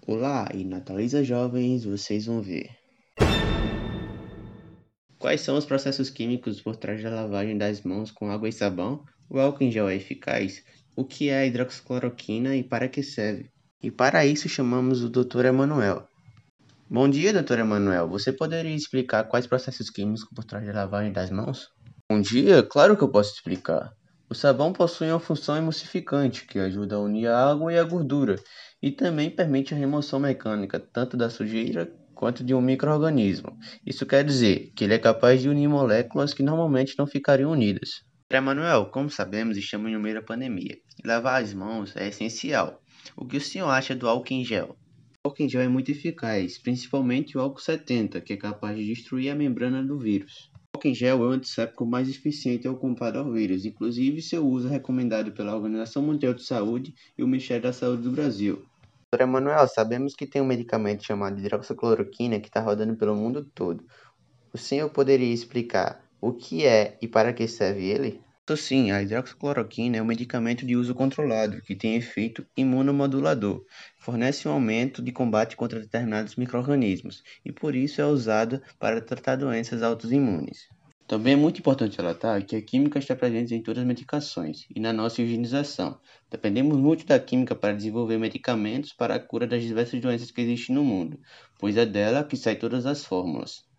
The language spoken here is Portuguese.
Olá, e na Atualiza Jovens vocês vão ver quais são os processos químicos por trás da lavagem das mãos com água e sabão, o álcool em gel é eficaz, o que é a hidroxicloroquina e para que serve. E para isso chamamos o Dr. Emanuel. Bom dia, Dr. Emanuel. Você poderia explicar quais processos químicos por trás da lavagem das mãos? Bom dia, claro que eu posso explicar. O sabão possui uma função emulsificante que ajuda a unir a água e a gordura e também permite a remoção mecânica tanto da sujeira quanto de um micro-organismo. Isso quer dizer que ele é capaz de unir moléculas que normalmente não ficariam unidas. Emanuel, como sabemos, estamos em meio à pandemia e lavar as mãos é essencial. O que o senhor acha do álcool em gel? O álcool em gel é muito eficaz, principalmente o álcool 70, que é capaz de destruir a membrana do vírus. O álcool em gel é o antisséptico mais eficiente ao combate ao vírus, inclusive seu uso é recomendado pela Organização Mundial de Saúde e o Ministério da Saúde do Brasil. Doutora Emanuel, sabemos que tem um medicamento chamado hidroxicloroquina que está rodando pelo mundo todo. O senhor poderia explicar o que é e para que serve ele? Sim, a hidroxicloroquina é um medicamento de uso controlado que tem efeito imunomodulador, fornece um aumento de combate contra determinados micro-organismos e por isso é usado para tratar doenças autoimunes. Também é muito importante relatar que a química está presente em todas as medicações e na nossa higienização. Dependemos muito da química para desenvolver medicamentos para a cura das diversas doenças que existem no mundo, pois é dela que saem todas as fórmulas.